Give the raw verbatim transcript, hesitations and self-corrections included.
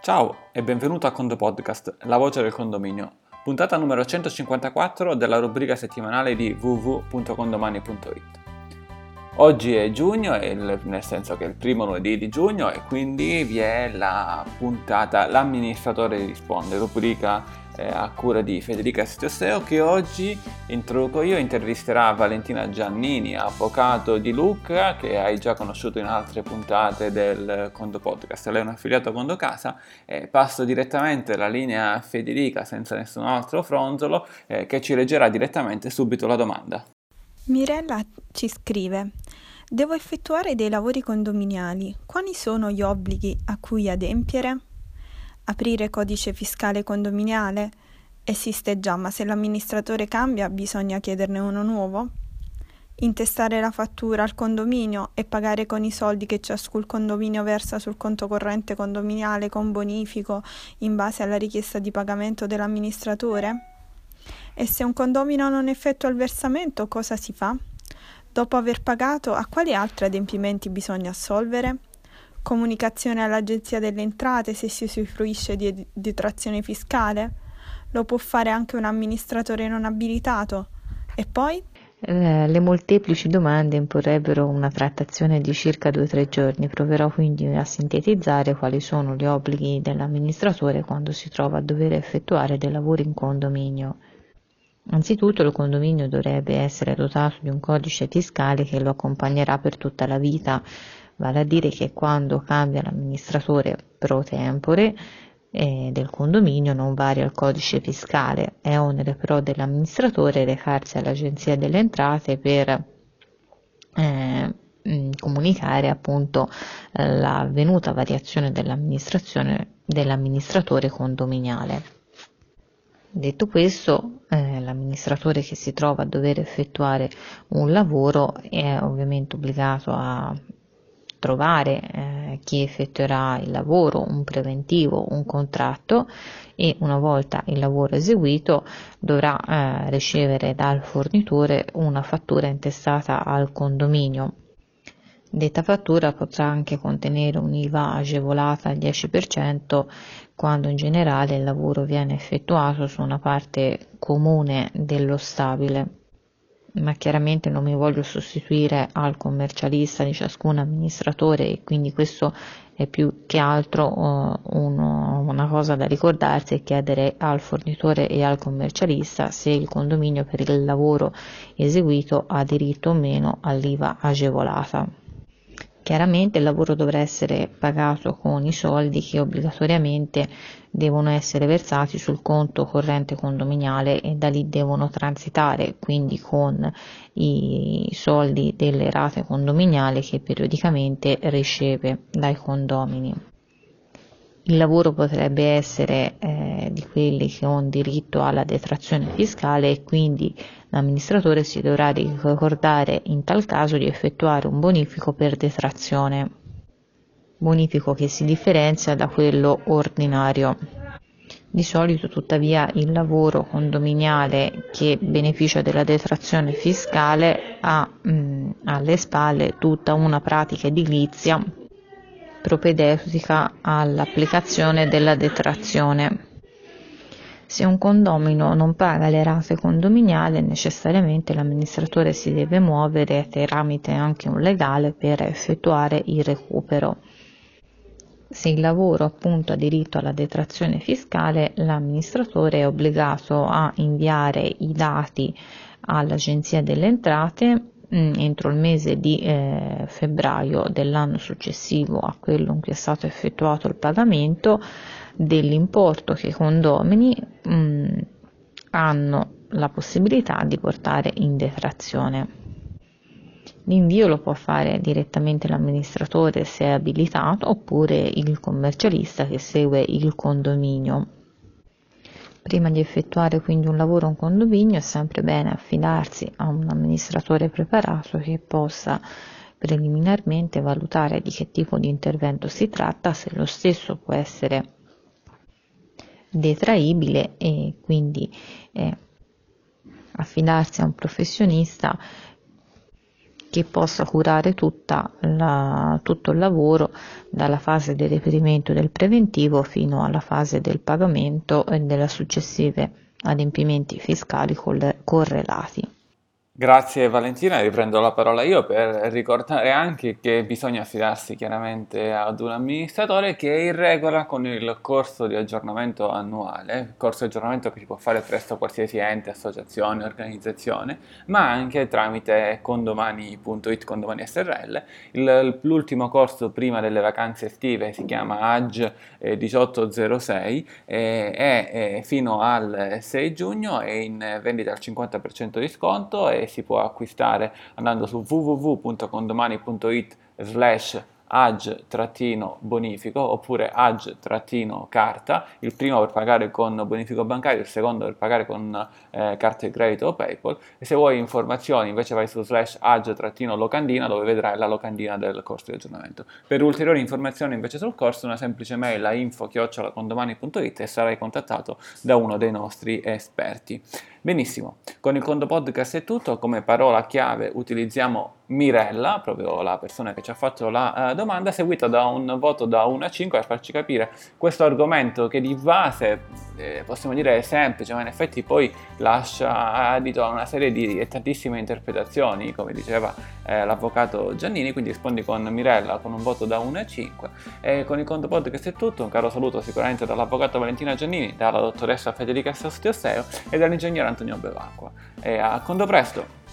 Ciao e benvenuto a Condo Podcast, la voce del condominio, puntata numero centocinquantaquattro della rubrica settimanale di w w w punto condomani punto i t. Oggi è giugno, nel senso che è il primo lunedì di giugno e quindi vi è la puntata L'amministratore risponde, rubrica eh, a cura di Federica Sitosseo, che oggi introduco io. Intervisterà Valentina Giannini, avvocato di Lucca, che hai già conosciuto in altre puntate del Condo Podcast. Lei è un affiliato Condo Casa. Eh, passo direttamente la linea a Federica senza nessun altro fronzolo, eh, che ci leggerà direttamente subito la domanda. Mirella ci scrive: devo effettuare dei lavori condominiali. Quali sono gli obblighi a cui adempiere? Aprire codice fiscale condominiale? Esiste già, ma se l'amministratore cambia bisogna chiederne uno nuovo? Intestare la fattura al condominio e pagare con i soldi che ciascun condominio versa sul conto corrente condominiale con bonifico in base alla richiesta di pagamento dell'amministratore? E se un condomino non effettua il versamento, cosa si fa? Dopo aver pagato, a quali altri adempimenti bisogna assolvere? Comunicazione all'Agenzia delle Entrate se si usufruisce di detrazione fiscale? Lo può fare anche un amministratore non abilitato? E poi? Eh, le molteplici domande imporrebbero una trattazione di circa due o tre giorni. Proverò quindi a sintetizzare quali sono gli obblighi dell'amministratore quando si trova a dover effettuare dei lavori in condominio. Anzitutto il condominio dovrebbe essere dotato di un codice fiscale che lo accompagnerà per tutta la vita, vale a dire che quando cambia l'amministratore pro tempore eh, del condominio non varia il codice fiscale. È onere però dell'amministratore recarsi all'Agenzia delle Entrate per eh, comunicare appunto l'avvenuta variazione dell'amministrazione dell'amministratore condominiale. Detto questo, eh, l'amministratore che si trova a dover effettuare un lavoro è ovviamente obbligato a trovare eh, chi effettuerà il lavoro, un preventivo, un contratto, e una volta il lavoro eseguito dovrà eh, ricevere dal fornitore una fattura intestata al condominio. Detta fattura potrà anche contenere un'I V A agevolata al dieci per cento quando in generale il lavoro viene effettuato su una parte comune dello stabile, ma chiaramente non mi voglio sostituire al commercialista di ciascun amministratore e quindi questo è più che altro uh, uno, una cosa da ricordarsi e chiedere al fornitore e al commercialista se il condominio per il lavoro eseguito ha diritto o meno all'I V A agevolata. Chiaramente il lavoro dovrà essere pagato con i soldi che obbligatoriamente devono essere versati sul conto corrente condominiale e da lì devono transitare, quindi con i soldi delle rate condominiali che periodicamente riceve dai condomini. Il lavoro potrebbe essere eh, di quelli che hanno diritto alla detrazione fiscale e quindi l'amministratore si dovrà ricordare in tal caso di effettuare un bonifico per detrazione, bonifico che si differenzia da quello ordinario. Di solito tuttavia il lavoro condominiale che beneficia della detrazione fiscale ha mh, alle spalle tutta una pratica edilizia propedeutica all'applicazione della detrazione. Se un condomino non paga le rate condominiali, necessariamente l'amministratore si deve muovere tramite anche un legale per effettuare il recupero. Se il lavoro appunto ha diritto alla detrazione fiscale, l'amministratore è obbligato a inviare i dati all'Agenzia delle Entrate entro il mese di eh, febbraio dell'anno successivo a quello in cui è stato effettuato il pagamento dell'importo che i condomini mh, hanno la possibilità di portare in detrazione. L'invio lo può fare direttamente l'amministratore se è abilitato oppure il commercialista che segue il condominio. Prima di effettuare quindi un lavoro in condominio è sempre bene affidarsi a un amministratore preparato che possa preliminarmente valutare di che tipo di intervento si tratta, se lo stesso può essere detraibile e quindi eh, affidarsi a un professionista che possa curare tutta la, tutto il lavoro dalla fase del reperimento del preventivo fino alla fase del pagamento e delle successive adempimenti fiscali correlati. Grazie Valentina, riprendo la parola io per ricordare anche che bisogna affidarsi chiaramente ad un amministratore che è in regola con il corso di aggiornamento annuale, corso di aggiornamento che si può fare presso qualsiasi ente, associazione, organizzazione, ma anche tramite condomani punto it, Condomani S R L. Il, l'ultimo corso prima delle vacanze estive si chiama A G eh, diciotto zero sei e è, è fino al sei giugno, è in vendita al cinquanta per cento di sconto e si può acquistare andando su w w w punto condomani punto it slash ag-bonifico oppure ag-carta, il primo per pagare con bonifico bancario, il secondo per pagare con eh, carte di credito o PayPal. E se vuoi informazioni invece vai su slash ag-locandina, dove vedrai la locandina del corso di aggiornamento. Per ulteriori informazioni invece sul corso una semplice mail a info chiocciola condomani punto it e sarai contattato da uno dei nostri esperti. Benissimo, con il Condo Podcast è tutto. Come parola chiave utilizziamo Mirella, proprio la persona che ci ha fatto la uh, domanda, seguita da un voto da uno a cinque per farci capire questo argomento che di base eh, possiamo dire è semplice, ma in effetti poi lascia adito a una serie di e tantissime interpretazioni, come diceva eh, l'avvocato Giannini. Quindi rispondi con Mirella con un voto da uno a cinque. E con il Condo Podcast è tutto. Un caro saluto sicuramente dall'avvocato Valentina Giannini, dalla dottoressa Federica Sostiosseo e dall'ingegnere Antonio Bevacqua. E a Condo presto!